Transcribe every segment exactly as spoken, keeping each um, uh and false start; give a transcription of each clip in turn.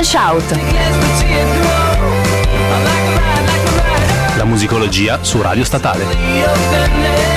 and Shout. La musicologia su Radio Statale.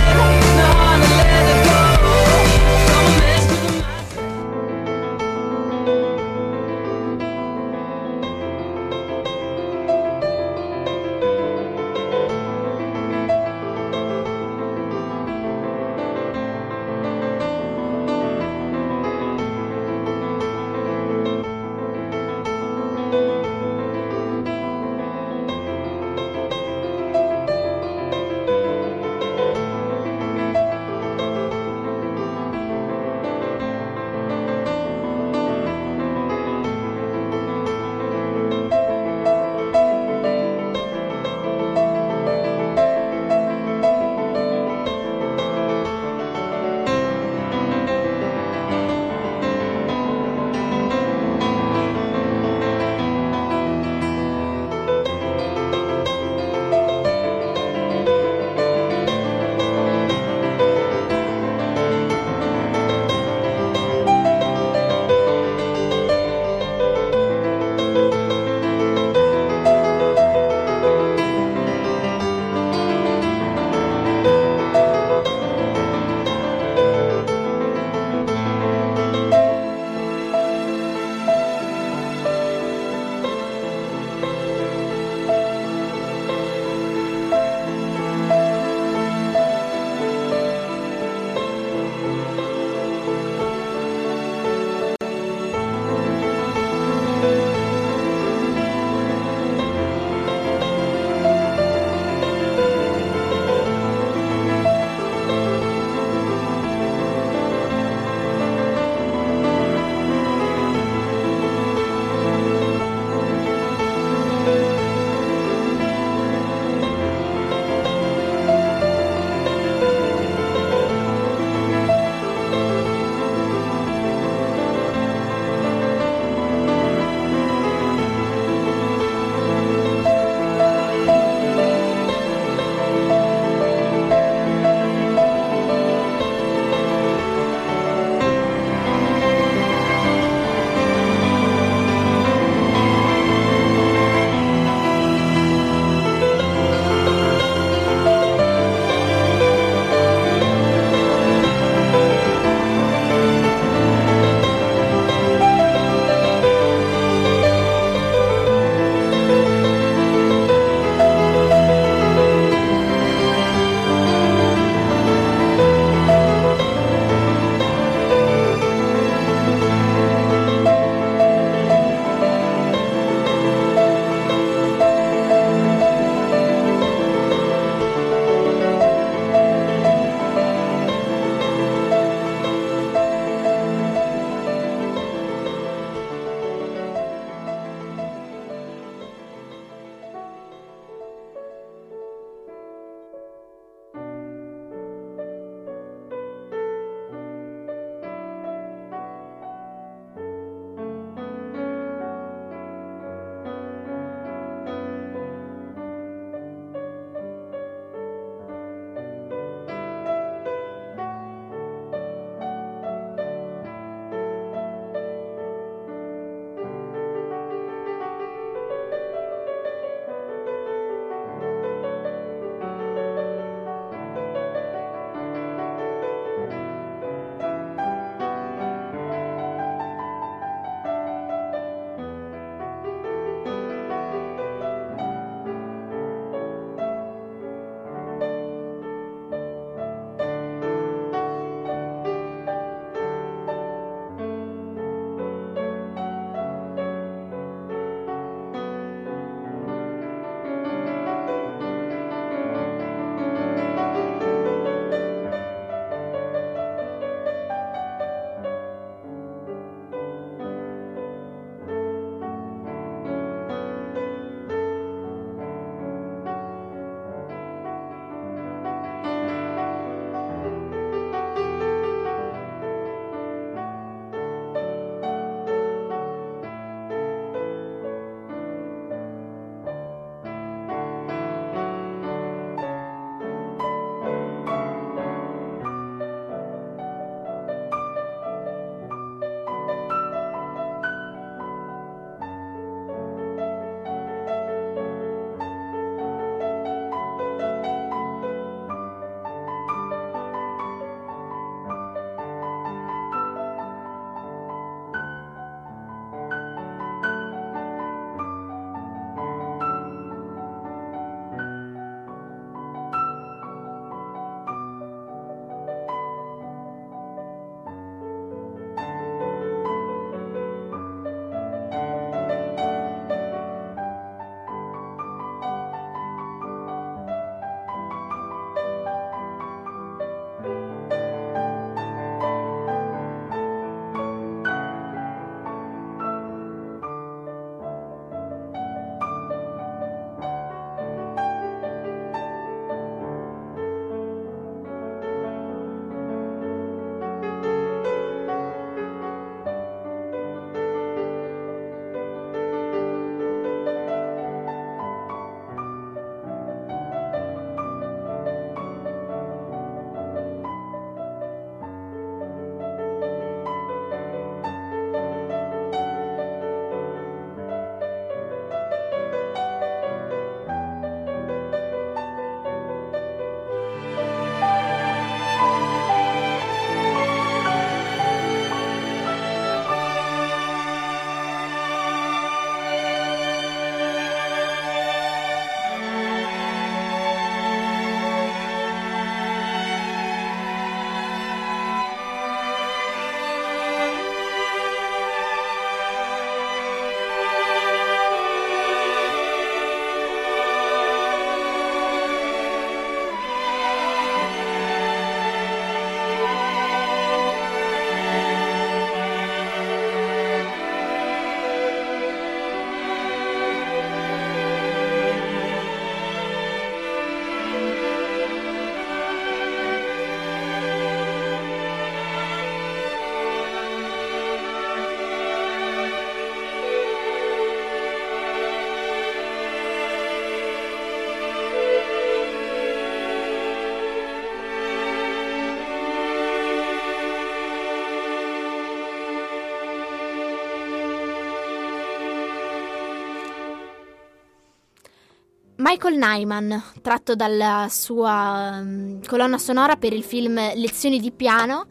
Michael Nyman, tratto dalla sua um, colonna sonora per il film Lezioni di piano,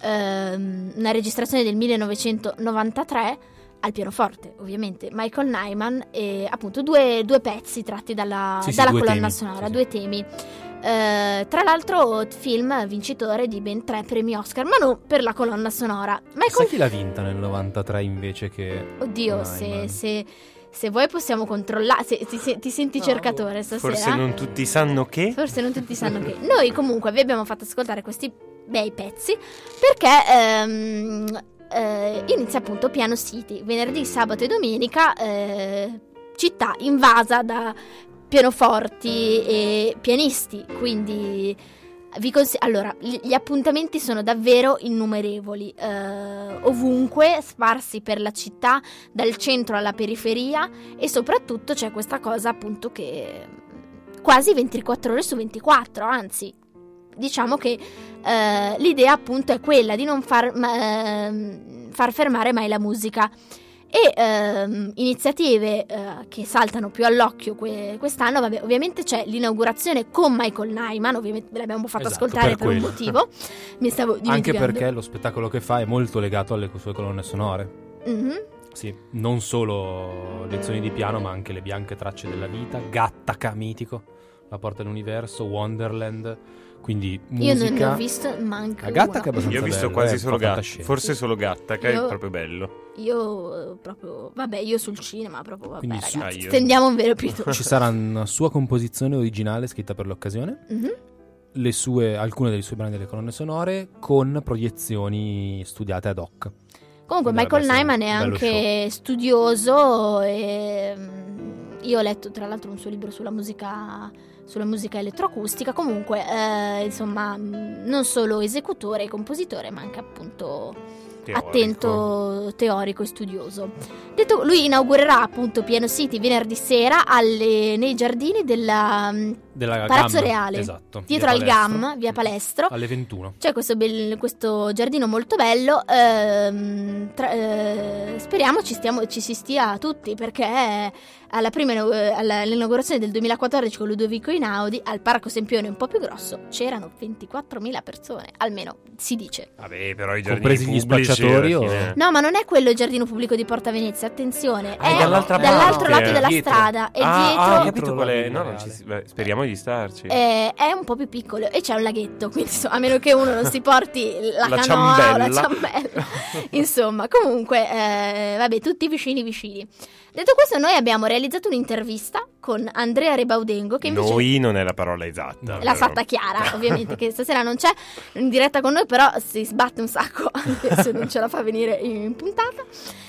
um, una registrazione del millenovecentonovantatré, al pianoforte, ovviamente, Michael Nyman, e appunto due, due pezzi tratti dalla, sì, sì, dalla due colonna temi. sonora, sì, due sì. temi. Uh, tra l'altro film vincitore di ben tre premi Oscar, ma non per la colonna sonora. Sai Michael... chi l'ha vinta nel novantatré invece che Oddio, se, Nyman? se, se vuoi possiamo controllare, se, ti, se, ti senti No, cercatore stasera? Forse non tutti sanno che. Forse non tutti sanno che. Noi comunque vi abbiamo fatto ascoltare questi bei pezzi perché ehm, eh, inizia appunto Piano City, venerdì, sabato e domenica, eh, città invasa da pianoforti e pianisti, quindi vi cons- allora gli appuntamenti sono davvero innumerevoli, eh, ovunque, sparsi per la città, dal centro alla periferia, e soprattutto c'è questa cosa appunto che quasi ventiquattro ore su ventiquattro, anzi diciamo che eh, l'idea appunto è quella di non far, ma, eh, far fermare mai la musica. E ehm, iniziative eh, che saltano più all'occhio que- quest'anno, vabbè, ovviamente c'è l'inaugurazione con Michael Nyman, ovviamente ve l'abbiamo fatto Esatto, ascoltare per per un quello. motivo. Mi stavo Anche dimenticando. perché lo spettacolo che fa è molto legato alle sue colonne sonore. Mm-hmm. Sì, non solo lezioni di piano, ma anche Le bianche tracce della vita, Gattaca, mitico, La porta dell'universo, Wonderland. Quindi musica. Io non ne ho visto manco La Gattaca è una. abbastanza Io ho visto bello, quasi eh, solo fa Gatta, fantascienza. forse solo Gatta, che Io- è proprio bello. Io eh, proprio, vabbè, io sul cinema proprio, vabbè, Quindi su- ragazzi, Ah, io- stendiamo un velo pietoso. Ci sarà una sua composizione originale scritta per l'occasione, Mhm. le sue, alcune delle sue brani delle colonne sonore con proiezioni studiate ad hoc. Comunque Dovrebbe Michael essere Nyman è un bello anche studioso e mm, io ho letto tra l'altro un suo libro sulla musica sulla musica elettroacustica. Comunque eh, insomma, mm, non solo esecutore e compositore, ma anche appunto Teorico. attento, teorico e studioso. Detto, lui inaugurerà appunto Piano City venerdì sera alle, nei giardini della mm, Della Palazzo Gam, Reale, esatto, dietro via al Palestro. GAM, via Palestro. Alle ventuno. C'è questo, bel- questo giardino molto bello, ehm, tra- eh, speriamo ci, stiamo, ci si stia tutti, perché alla prima inau- eh, alla- all'inaugurazione del duemilaquattordici con Ludovico Einaudi al Parco Sempione, un po' più grosso, c'erano ventiquattromila persone, almeno si dice. Vabbè, però i giardini Compresi gli pubblici spacciatori alla o- fine- No, ma non è quello il giardino pubblico di Porta Venezia, attenzione, Ah, è è dall'altra dall'altro parte, lato della dietro. strada, è ah, dietro. Ah, ho Dietro capito qual è. la No, non Reale. ci si- beh, speriamo di starci. Eh, è un po' più piccolo e c'è un laghetto, quindi insomma, a meno che uno non si porti la, La canoa o la ciambella. ciambella. Insomma, comunque, eh, vabbè, tutti vicini vicini. Detto questo, noi abbiamo realizzato un'intervista con Andrea Rebaudengo, che invece Noi non è la parola esatta. l'ha però. fatta Chiara, ovviamente, che stasera non c'è in diretta con noi, però si sbatte un sacco anche se non ce la fa venire in puntata.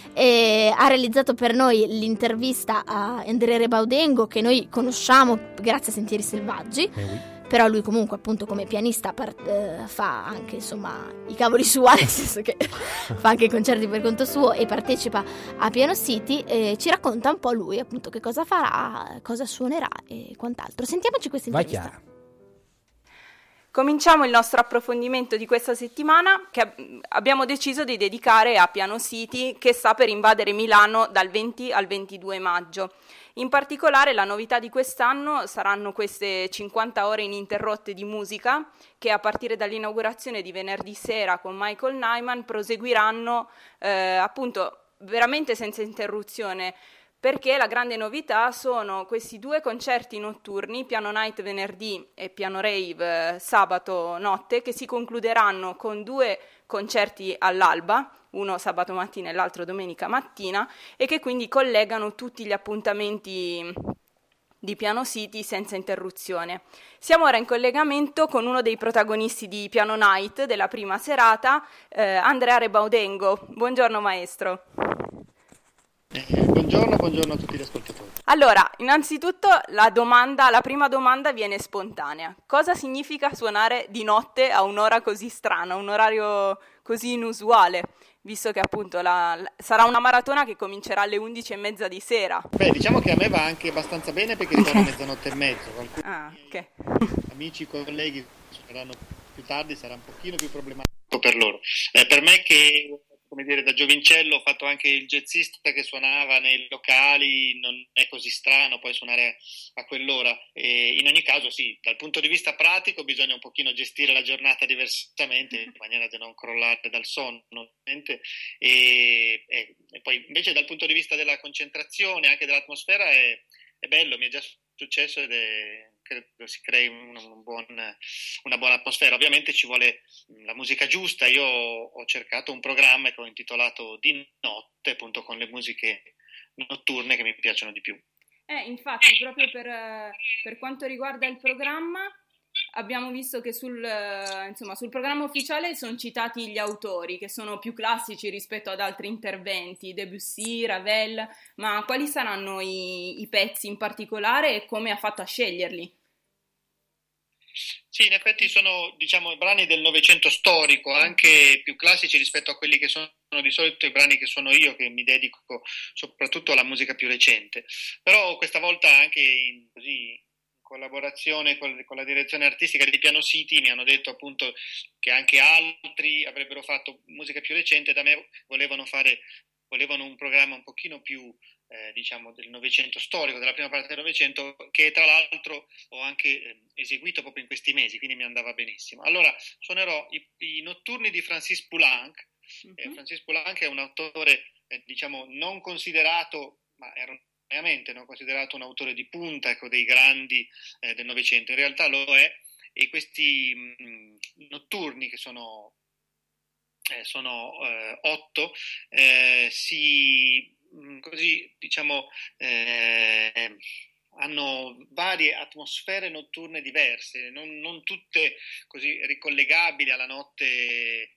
E ha realizzato per noi l'intervista a Andrea Rebaudengo, che noi conosciamo grazie a Sentieri Selvaggi. Eh oui. Però lui comunque appunto come pianista par- eh, fa anche insomma i cavoli suoi, nel senso che fa anche i concerti per conto suo e partecipa a Piano City, e ci racconta un po' lui appunto che cosa farà, cosa suonerà e quant'altro. Sentiamoci questa Vai intervista. Chiara. Cominciamo il nostro approfondimento di questa settimana, che ab- abbiamo deciso di dedicare a Piano City, che sta per invadere Milano dal venti al ventidue maggio. In particolare la novità di quest'anno saranno queste cinquanta ore ininterrotte di musica, che a partire dall'inaugurazione di venerdì sera con Michael Nyman proseguiranno eh, appunto veramente senza interruzione, perché la grande novità sono questi due concerti notturni, Piano Night venerdì e Piano Rave eh, sabato notte, che si concluderanno con due concerti all'alba, uno sabato mattina e l'altro domenica mattina, e che quindi collegano tutti gli appuntamenti di Piano City senza interruzione. Siamo ora in collegamento con uno dei protagonisti di Piano Night della prima serata, eh, Andrea Rebaudengo. Buongiorno maestro. Eh, buongiorno, buongiorno a tutti gli ascoltatori. Allora, innanzitutto la domanda, la prima domanda viene spontanea. Cosa significa suonare di notte a un'ora così strana, un orario così inusuale? Visto che appunto la, la- sarà una maratona che comincerà alle undici e mezza di sera. Beh, diciamo che a me va anche abbastanza bene perché ritorno a mezzanotte e mezzo. Alcuni Ah, ok. amici, colleghi suoneranno più tardi, sarà un pochino più problematico per loro. Eh, per me che come dire, da giovincello ho fatto anche il jazzista che suonava nei locali, non è così strano poi suonare a quell'ora. E in ogni caso sì, dal punto di vista pratico bisogna un pochino gestire la giornata diversamente in maniera da non crollare dal sonno, ovviamente. E, e, e poi invece dal punto di vista della concentrazione, anche dell'atmosfera, è, è bello, mi è già successo ed è, credo si crei un, un buon, una buona atmosfera. Ovviamente ci vuole la musica giusta. Io ho cercato un programma che ho intitolato Di notte, appunto con le musiche notturne che mi piacciono di più. Eh, infatti, proprio per, per quanto riguarda il programma, abbiamo visto che sul, insomma, sul programma ufficiale sono citati gli autori, che sono più classici rispetto ad altri interventi, Debussy, Ravel, ma quali saranno i, i pezzi in particolare e come ha fatto a sceglierli? Sì, in effetti sono, diciamo, brani del Novecento storico, anche più classici rispetto a quelli che sono di solito i brani che suono io, che mi dedico soprattutto alla musica più recente. Però questa volta anche in, così, in collaborazione con, con la direzione artistica di Piano City mi hanno detto appunto che anche altri avrebbero fatto musica più recente, da me volevano fare, volevano un programma un pochino più Eh, diciamo del Novecento storico, della prima parte del Novecento, che tra l'altro ho anche eh, eseguito proprio in questi mesi, quindi mi andava benissimo. Allora suonerò i, i notturni di Francis Poulenc. Uh-huh. eh, Francis Poulenc è un autore eh, diciamo non considerato, ma erroneamente non considerato un autore di punta, ecco, dei grandi eh, del Novecento. In realtà lo è, e questi mh, notturni, che sono eh, sono eh, otto, eh, si così diciamo eh, hanno varie atmosfere notturne diverse, non, non tutte così ricollegabili alla notte eh,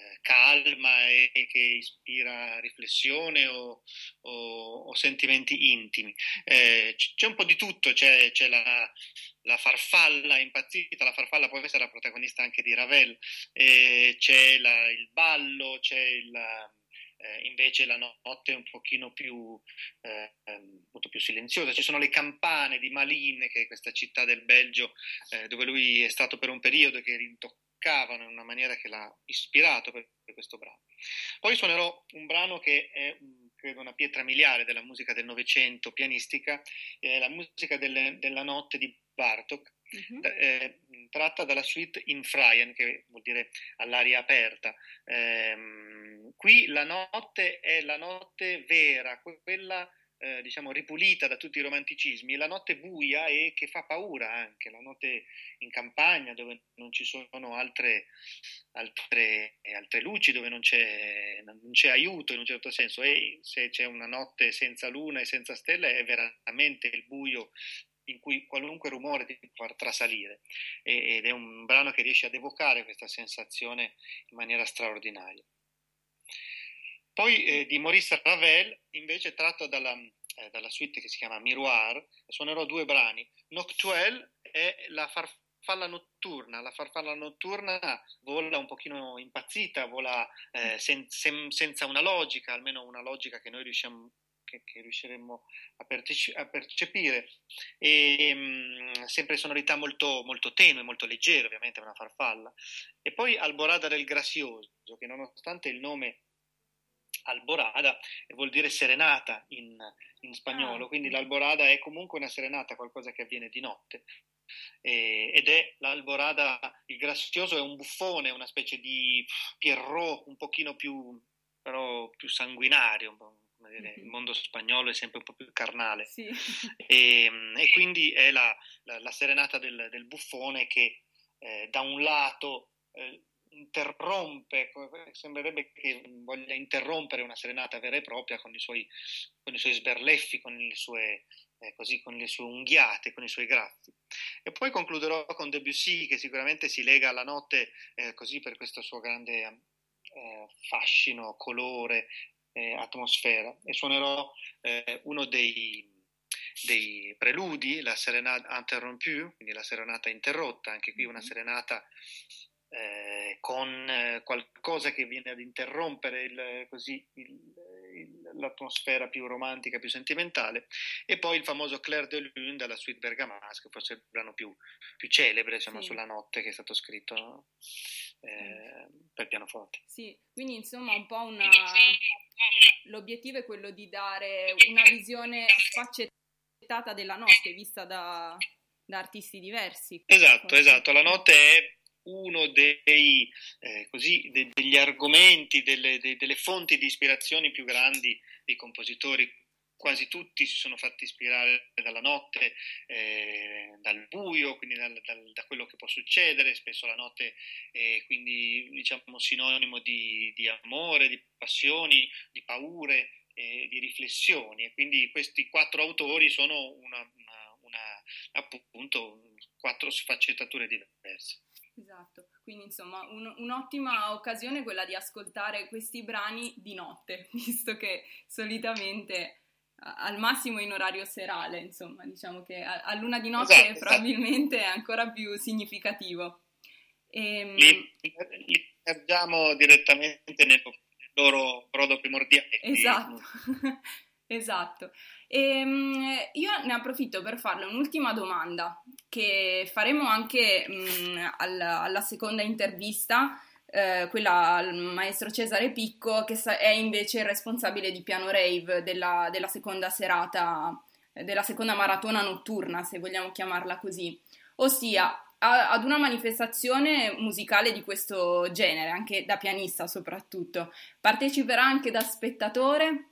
calma e, e che ispira riflessione o, o, o sentimenti intimi. Eh, c'è un po' di tutto, c'è, c'è la, la farfalla impazzita, la farfalla può essere la protagonista anche di Ravel, eh, c'è la, il ballo, c'è il Eh, invece la notte è un pochino più, eh, molto più silenziosa. Ci sono le campane di Malines, che è questa città del Belgio eh, dove lui è stato per un periodo, che rintoccavano in una maniera che l'ha ispirato per, per questo brano. Poi suonerò un brano che è credo una pietra miliare della musica del Novecento pianistica, è la musica delle, della notte di Bartók. Uh-huh. Eh, tratta dalla suite in Freien, che vuol dire all'aria aperta. Eh, qui la notte è la notte vera, quella eh, diciamo ripulita da tutti i romanticismi, la notte buia e che fa paura anche, la notte in campagna dove non ci sono altre, altre, altre luci, dove non c'è, non c'è aiuto in un certo senso, e se c'è una notte senza luna e senza stelle è veramente il buio in cui qualunque rumore ti può far trasalire, ed è un brano che riesce ad evocare questa sensazione in maniera straordinaria. Poi eh, di Maurice Ravel, invece, tratto dalla, eh, dalla suite che si chiama Miroir, suonerò due brani. Noctuelle è la farfalla notturna. La farfalla notturna vola un pochino impazzita, vola eh, sen- sen- senza una logica, almeno una logica che noi riusciamo Che, che riusciremmo a, perce- a percepire, e mh, sempre sonorità molto, molto tenue, molto leggere, ovviamente è una farfalla. E poi Alborada del Gracioso, che nonostante il nome Alborada vuol dire serenata in, in spagnolo, quindi l'alborada è comunque una serenata, qualcosa che avviene di notte. E, ed è l'Alborada, il Gracioso è un buffone, una specie di Pierrot un pochino più, però più sanguinario, un po'. Il mondo spagnolo è sempre un po' più carnale, sì. e, e quindi è la, la, la serenata del, del buffone che eh, da un lato eh, interrompe, sembrerebbe che voglia interrompere una serenata vera e propria con i suoi, con i suoi sberleffi, con le sue, eh, così, con le sue unghiate, con i suoi graffi. E poi concluderò con Debussy, che sicuramente si lega alla notte eh, così per questo suo grande eh, fascino, colore, Eh, atmosfera, e suonerò eh, uno dei, dei preludi, la serenata interrompue, quindi la serenata interrotta, anche qui una serenata eh, con eh, qualcosa che viene ad interrompere il, così, il, il, l'atmosfera più romantica, più sentimentale, e poi il famoso Clair de Lune dalla Suite Bergamasque, forse il brano più, più celebre, insomma, Sì. sulla notte, che è stato scritto eh, per pianoforte. Sì, quindi insomma un po' una... l'obiettivo è quello di dare una visione sfaccettata della notte, vista da, da artisti diversi. Esatto, Forse. esatto, la notte è uno dei, eh, così, de- degli argomenti, delle, de- delle fonti di ispirazione più grandi dei compositori. Quasi tutti si sono fatti ispirare dalla notte, eh, dal buio, quindi dal, dal, da quello che può succedere. Spesso la notte è quindi, diciamo, sinonimo di, di amore, di passioni, di paure, eh, di riflessioni, e quindi questi quattro autori sono una, una, una, appunto quattro sfaccettature diverse. Esatto, quindi insomma un, un'ottima occasione quella di ascoltare questi brani di notte, visto che solitamente a- al massimo in orario serale, insomma, diciamo che a, a luna di notte Esatto, probabilmente è ancora più significativo. Ehm, Li, li immergiamo direttamente nel loro brodo primordiale. Esatto, esatto. Ehm, io ne approfitto per farle un'ultima domanda che faremo anche mh, alla, alla seconda intervista, eh, quella al maestro Cesare Picco, che sa- è invece il responsabile di Piano Rave della, della seconda serata, eh, della seconda maratona notturna, se vogliamo chiamarla così. Ossia, a- ad una manifestazione musicale di questo genere, anche da pianista soprattutto, parteciperà anche da spettatore?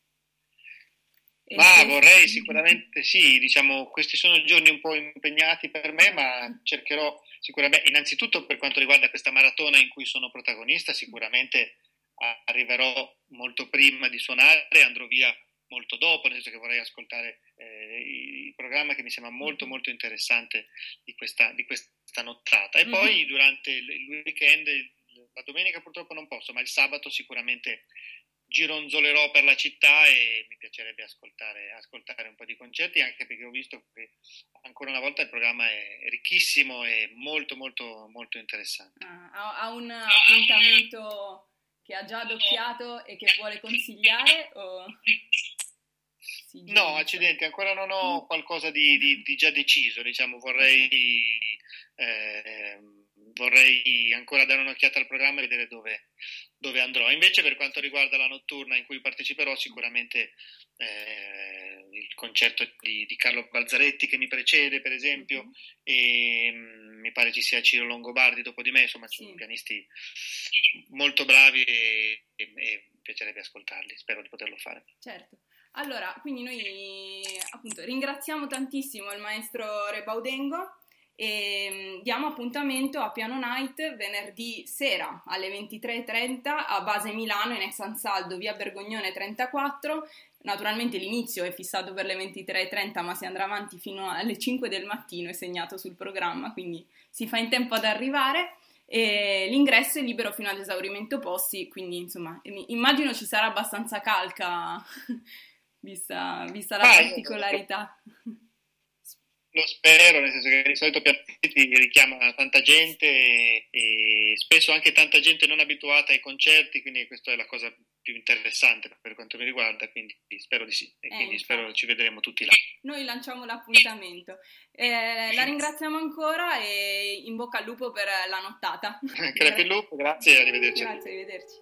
E Ma se- vorrei sicuramente sì, diciamo, questi sono giorni un po' impegnati per me, ma cercherò sicuramente, innanzitutto per quanto riguarda questa maratona in cui sono protagonista, sicuramente arriverò molto prima di suonare, andrò via molto dopo, nel senso che vorrei ascoltare eh, il programma, che mi sembra molto molto interessante di questa, di questa nottata. E poi durante il il weekend, la domenica purtroppo non posso, ma il sabato sicuramente gironzolerò per la città e mi piacerebbe ascoltare, ascoltare un po' di concerti, anche perché ho visto che ancora una volta il programma è ricchissimo e molto molto molto interessante. Ah, ha, ha un appuntamento che ha già adocchiato e che vuole consigliare? O... si gira? No, accidenti, ancora non ho qualcosa di, di, di già deciso, diciamo, vorrei, eh, vorrei ancora dare un'occhiata al programma e vedere dove, dove andrò. Invece per quanto riguarda la notturna in cui parteciperò, sicuramente eh, il concerto di, di Carlo Balzaretti che mi precede, per esempio, uh-huh. e mh, mi pare ci sia Ciro Longobardi dopo di me, insomma, sì. Sono pianisti molto bravi e, e, e mi piacerebbe ascoltarli, spero di poterlo fare. Certo. Allora, quindi noi appunto ringraziamo tantissimo il maestro Rebaudengo e diamo appuntamento a Piano Night venerdì sera alle ventitré e trenta a Base Milano in ex Ansaldo, via Bergognone trentaquattro. Naturalmente l'inizio è fissato per le ventitré e trenta, ma si andrà avanti fino alle cinque del mattino, è segnato sul programma, quindi si fa in tempo ad arrivare. E l'ingresso è libero fino ad esaurimento posti, quindi insomma immagino ci sarà abbastanza calca vista, vista la ah, particolarità. Lo spero, nel senso che di solito Pianonetti richiama tanta gente e, e spesso anche tanta gente non abituata ai concerti, quindi questa è la cosa più interessante per quanto mi riguarda, quindi spero di sì, e eh, quindi infatti. Spero ci vedremo tutti là. Noi lanciamo l'appuntamento. Eh, la ringraziamo ancora e in bocca al lupo per la nottata. Crepi il lupo, grazie e arrivederci. Grazie, arrivederci.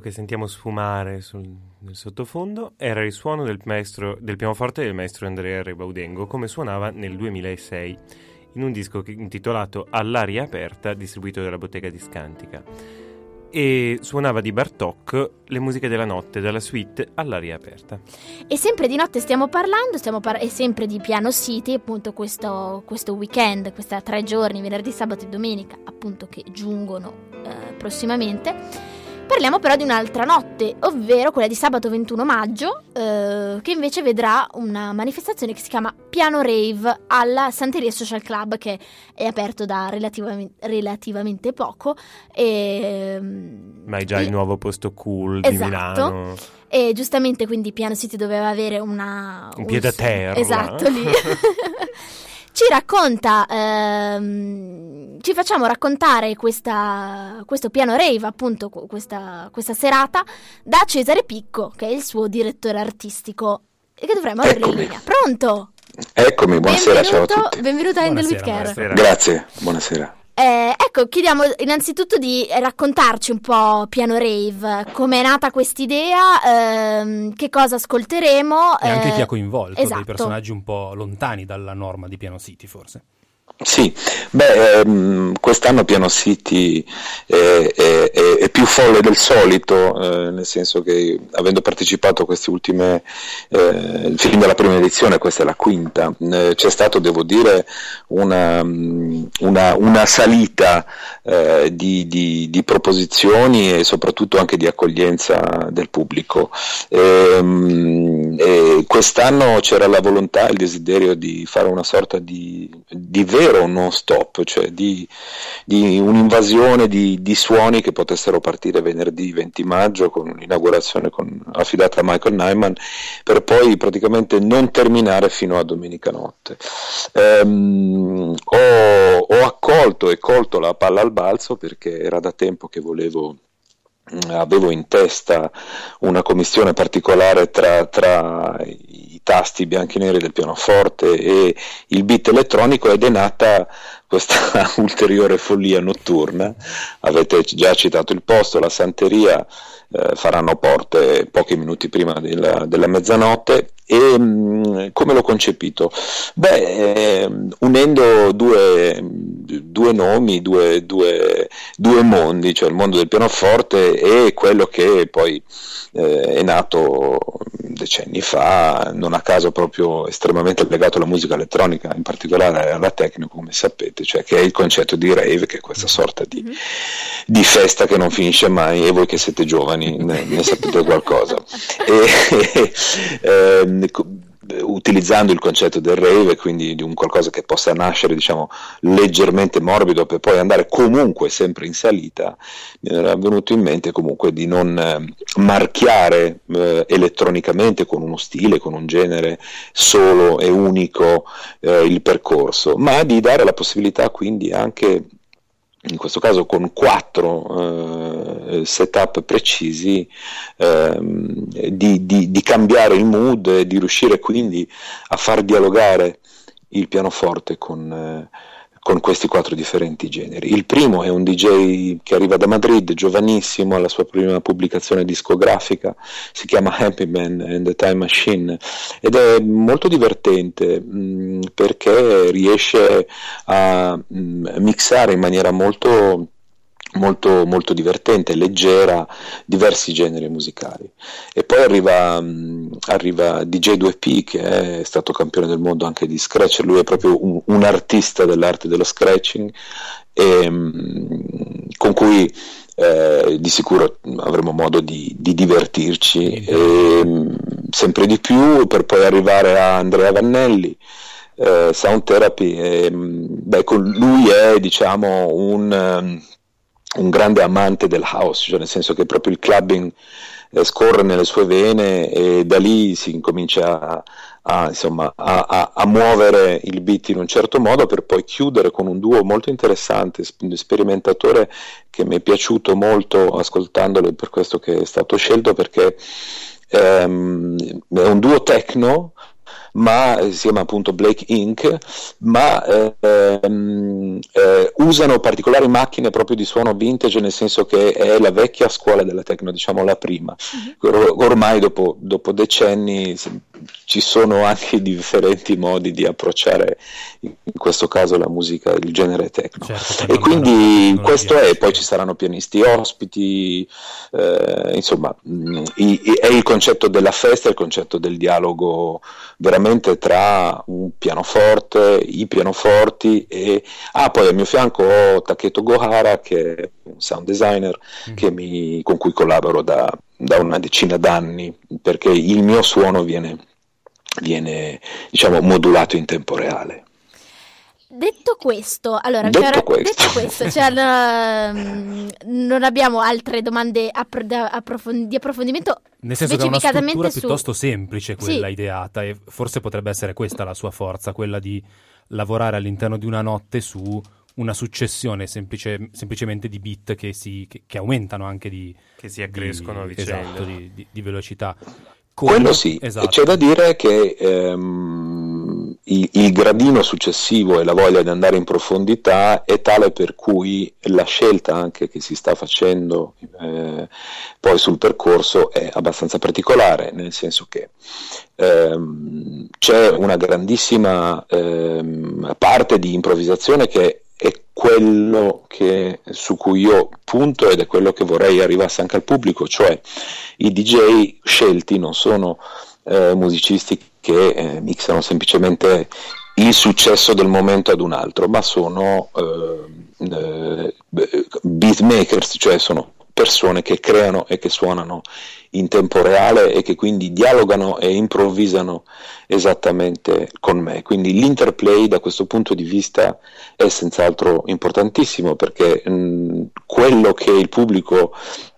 che sentiamo sfumare sul, nel sottofondo era il suono del maestro del pianoforte del maestro Andrea Rebaudengo, come suonava nel duemilasei in un disco che, intitolato All'aria aperta, distribuito dalla bottega di Scantica, e suonava di Bartók le musiche della notte, dalla suite All'aria aperta. E sempre di notte stiamo parlando, stiamo par- e sempre di Piano City, appunto questo, questo weekend, questi tre giorni, venerdì, sabato e domenica, appunto, che giungono eh, prossimamente. Parliamo però di un'altra notte, ovvero quella di sabato ventuno maggio, eh, che invece vedrà una manifestazione che si chiama Piano Rave alla Santeria Social Club, che è aperto da relativamente, relativamente poco. E, Ma è già e, il nuovo posto cool esatto, di Milano. E giustamente quindi Piano City doveva avere una... Un piede a terra. Esatto, lì. Ci racconta, ehm, ci facciamo raccontare questa, questo piano rave, appunto questa, questa serata, da Cesare Picco, che è il suo direttore artistico, e che dovremmo avere in linea. Pronto? Eccomi, buonasera, ciao a tutti. Benvenuto a Handle with Buonasera, Care. buonasera. Grazie, buonasera. Eh, ecco, chiediamo innanzitutto di raccontarci un po' Piano Rave, come è nata quest'idea, ehm, che cosa ascolteremo. E anche eh, chi ha coinvolto, esatto. dei personaggi un po' lontani dalla norma di Piano City, forse. Sì, beh, ehm, quest'anno Piano City è, è, è, è più folle del solito, eh, nel senso che avendo partecipato a queste ultime, eh, il film della prima edizione, questa è la quinta, eh, c'è stato, devo dire, una, una, una salita eh, di, di, di proposizioni e soprattutto anche di accoglienza del pubblico. E, e quest'anno c'era la volontà, il desiderio di fare una sorta di, di vero non stop, cioè di, di un'invasione di, di suoni che potessero partire venerdì venti maggio con un'inaugurazione con, affidata a Michael Nyman, per poi praticamente non terminare fino a domenica notte. Ehm, ho, ho accolto e colto la palla al balzo perché era da tempo che volevo avevo in testa una commistione particolare tra, tra i tasti bianchi e neri del pianoforte e il beat elettronico, ed è nata questa ulteriore follia notturna. Avete già citato il posto, la Santeria, eh, faranno porte pochi minuti prima della, della mezzanotte. E mh, come l'ho concepito? Beh, eh, unendo due, due nomi, due, due, due mondi, cioè il mondo del pianoforte e quello che poi eh, è nato decenni fa, non a caso proprio estremamente legato alla musica elettronica, in particolare alla techno, come sapete, cioè che è il concetto di rave, che è questa sorta di, mm-hmm. di festa che non finisce mai, e voi che siete giovani ne, ne sapete qualcosa. E, e, utilizzando il concetto del rave, quindi di un qualcosa che possa nascere, diciamo, leggermente morbido per poi andare comunque sempre in salita, mi era venuto in mente comunque di non eh, marchiare eh, elettronicamente con uno stile, con un genere solo e unico eh, il percorso, ma di dare la possibilità quindi anche, in questo caso con quattro eh, setup precisi, eh, di, di, di cambiare il mood e di riuscire quindi a far dialogare il pianoforte con, eh, con questi quattro differenti generi. Il primo è un D J che arriva da Madrid, giovanissimo, alla sua prima pubblicazione discografica, si chiama Happy Man and the Time Machine, ed è molto divertente mh, perché riesce a mh, mixare in maniera molto molto molto divertente, leggera, diversi generi musicali. E poi arriva, mh, arriva D J due P, che è stato campione del mondo anche di scratch, lui è proprio un, un artista dell'arte dello scratching, e, mh, con cui eh, di sicuro avremo modo di, di divertirci e, mh, sempre di più, per poi arrivare a Andrea Vannelli, eh, Sound Therapy. E, mh, beh, con lui è, diciamo, un um, un grande amante del house, cioè nel senso che proprio il clubbing eh, scorre nelle sue vene, e da lì si incomincia a, a, insomma, a, a, a muovere il beat in un certo modo, per poi chiudere con un duo molto interessante, sperimentatore, che mi è piaciuto molto ascoltandolo, e per questo che è stato scelto, perché ehm, è un duo techno ma si chiama appunto Blake Incorporated, ma eh, ehm, eh, usano particolari macchine proprio di suono vintage, nel senso che è la vecchia scuola della techno, diciamo la prima. Mm-hmm. Or- ormai dopo, dopo decenni ci sono anche differenti modi di approcciare in questo caso la musica, il genere techno, certo, e quindi questo è, poi ci saranno pianisti ospiti, eh, insomma mh, i, i, è il concetto della festa, il concetto del dialogo veramente tra un pianoforte, i pianoforti e ah poi al mio fianco ho Taketo Gohara, che è un sound designer mm. che mi, con cui collaboro da, da una decina d'anni, perché il mio suono viene viene diciamo modulato in tempo reale. Detto questo, allora detto questo, detto questo cioè, uh, non abbiamo altre domande appro- da approfond- di approfondimento. Nel senso che è una struttura su... piuttosto semplice quella sì. ideata, e forse potrebbe essere questa la sua forza, quella di lavorare all'interno di una notte su una successione semplice, semplicemente di beat che, si, che, che aumentano anche di... che si accrescono a vicenda. Esatto, di, di, di velocità. Come, Quello sì, esatto. C'è da dire che ehm, il, il gradino successivo e la voglia di andare in profondità è tale per cui la scelta anche che si sta facendo eh, poi sul percorso è abbastanza particolare, nel senso che ehm, c'è una grandissima ehm, parte di improvvisazione che è quello che, su cui io punto, ed è quello che vorrei arrivasse anche al pubblico, cioè i D J scelti non sono eh, musicisti che eh, mixano semplicemente il successo del momento ad un altro, ma sono eh, eh, beatmakers, cioè sono persone che creano e che suonano in tempo reale e che quindi dialogano e improvvisano esattamente con me. Quindi l'interplay da questo punto di vista è senz'altro importantissimo, perché mh, quello che il pubblico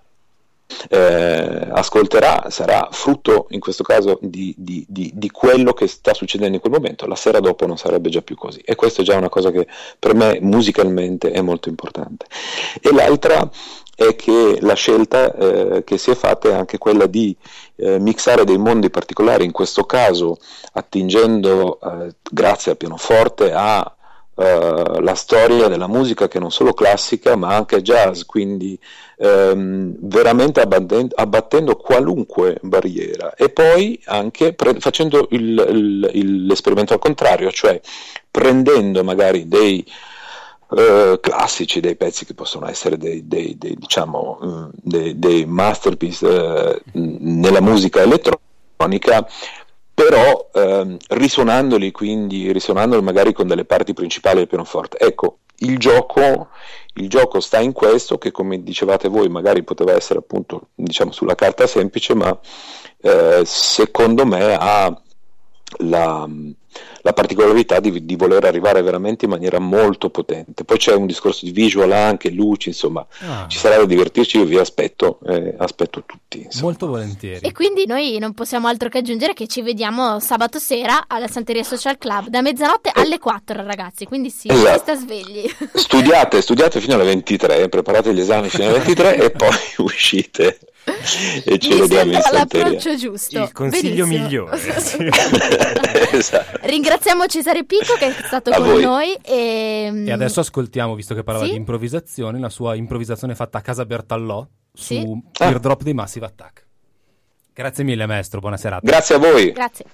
eh, ascolterà sarà frutto in questo caso di, di, di, di quello che sta succedendo in quel momento. La sera dopo non sarebbe già più così, e questo è già una cosa che per me musicalmente è molto importante. E l'altra è che la scelta eh, che si è fatta è anche quella di eh, mixare dei mondi particolari, in questo caso attingendo eh, grazie al pianoforte a Uh, la storia della musica, che non solo classica ma anche jazz, quindi um, veramente abbattendo, abbattendo qualunque barriera, e poi anche pre- facendo il, il, il, l'esperimento al contrario, cioè prendendo magari dei uh, classici, dei pezzi che possono essere dei, dei, dei diciamo uh, dei, dei masterpiece uh, nella musica elettronica, però ehm, risuonandoli, quindi risuonandoli magari con delle parti principali del pianoforte. Ecco, il gioco, il gioco sta in questo, che come dicevate voi magari poteva essere appunto diciamo sulla carta semplice, ma eh, secondo me ha la, la particolarità di, di voler arrivare veramente in maniera molto potente. Poi c'è un discorso di visual anche, luci, insomma ah. ci sarà da divertirci. Io vi aspetto, eh, aspetto tutti, insomma. Molto volentieri. E quindi noi non possiamo altro che aggiungere che ci vediamo sabato sera alla Santeria Social Club da mezzanotte eh. alle quattro, ragazzi, quindi sì, esatto. si sta svegli. Studiate, studiate fino alle ventitré, preparate gli esami fino alle ventitré e poi uscite e ci Mi vediamo in Santeria. L'approccio giusto. Il consiglio Benissimo. migliore. Esatto. Ringraziamo Cesare Picco che è stato A con voi. noi e... E adesso ascoltiamo, visto che parlava Sì? di improvvisazione, la sua improvvisazione fatta a casa Bertallò su Sì? Teardrop dei Massive Attack. Grazie mille maestro, buona serata. Grazie a voi. Grazie.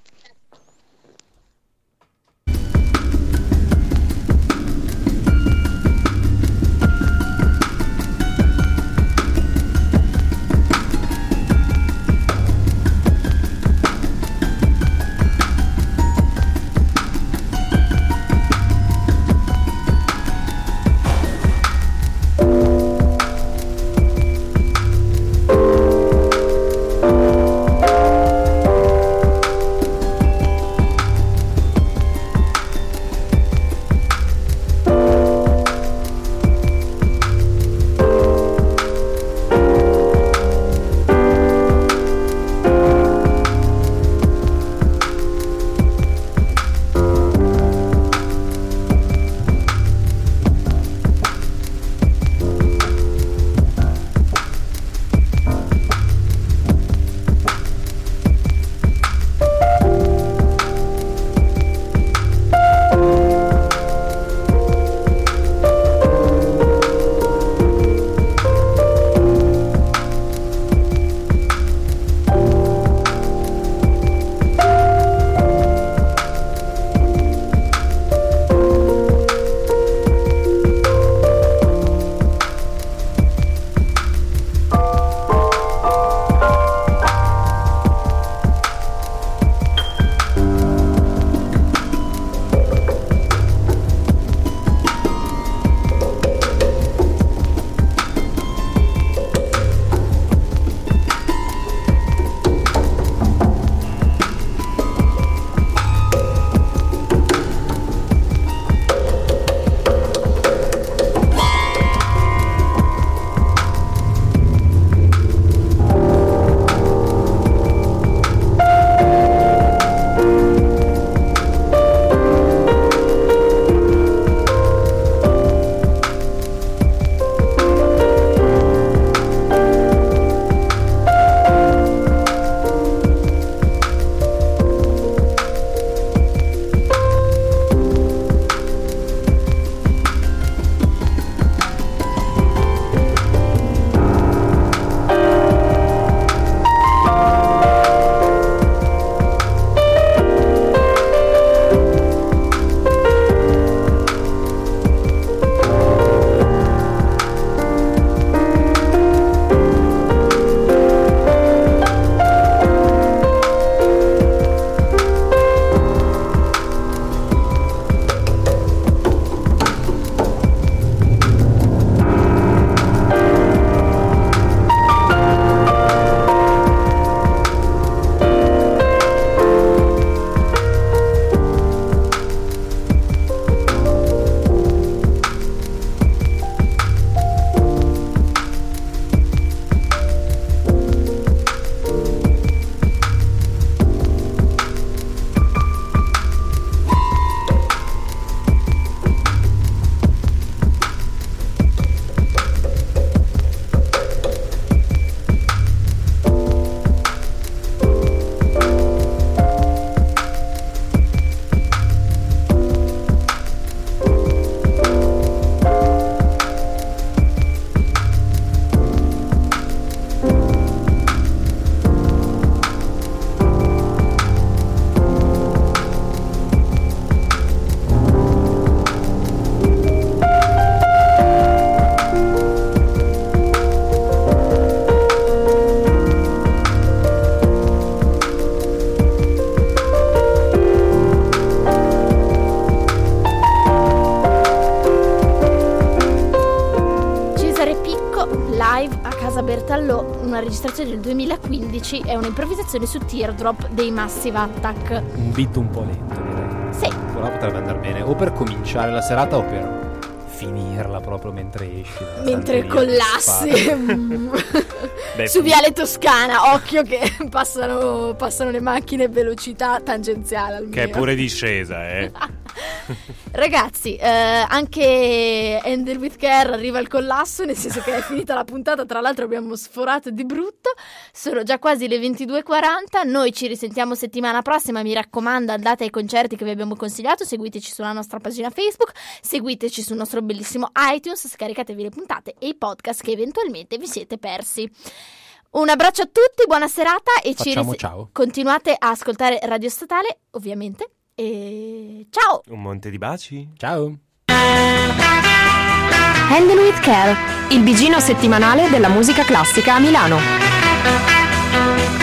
una registrazione del duemilaquindici, è un'improvvisazione su Teardrop dei Massive Attack. Un beat un po' lento, direi. Sì. Però potrebbe andare bene, o per cominciare la serata o per finirla proprio mentre esci. Mentre collassi. Beh, Su Viale Toscana, occhio che passano, passano le macchine a velocità tangenziale almeno. che è pure discesa, eh. Ragazzi, eh, anche Handle with Care arriva al collasso, nel senso che è finita la puntata, tra l'altro abbiamo sforato di brutto, sono già quasi le ventidue e quaranta, noi ci risentiamo settimana prossima, mi raccomando andate ai concerti che vi abbiamo consigliato, seguiteci sulla nostra pagina Facebook, seguiteci sul nostro bellissimo iTunes, scaricatevi le puntate e i podcast che eventualmente vi siete persi. Un abbraccio a tutti, buona serata e ci Facciamo ris- ciao. continuate a ascoltare Radio Statale, ovviamente. E ciao! Un monte di baci. Ciao. Handle with Care, il bigino settimanale della musica classica a Milano.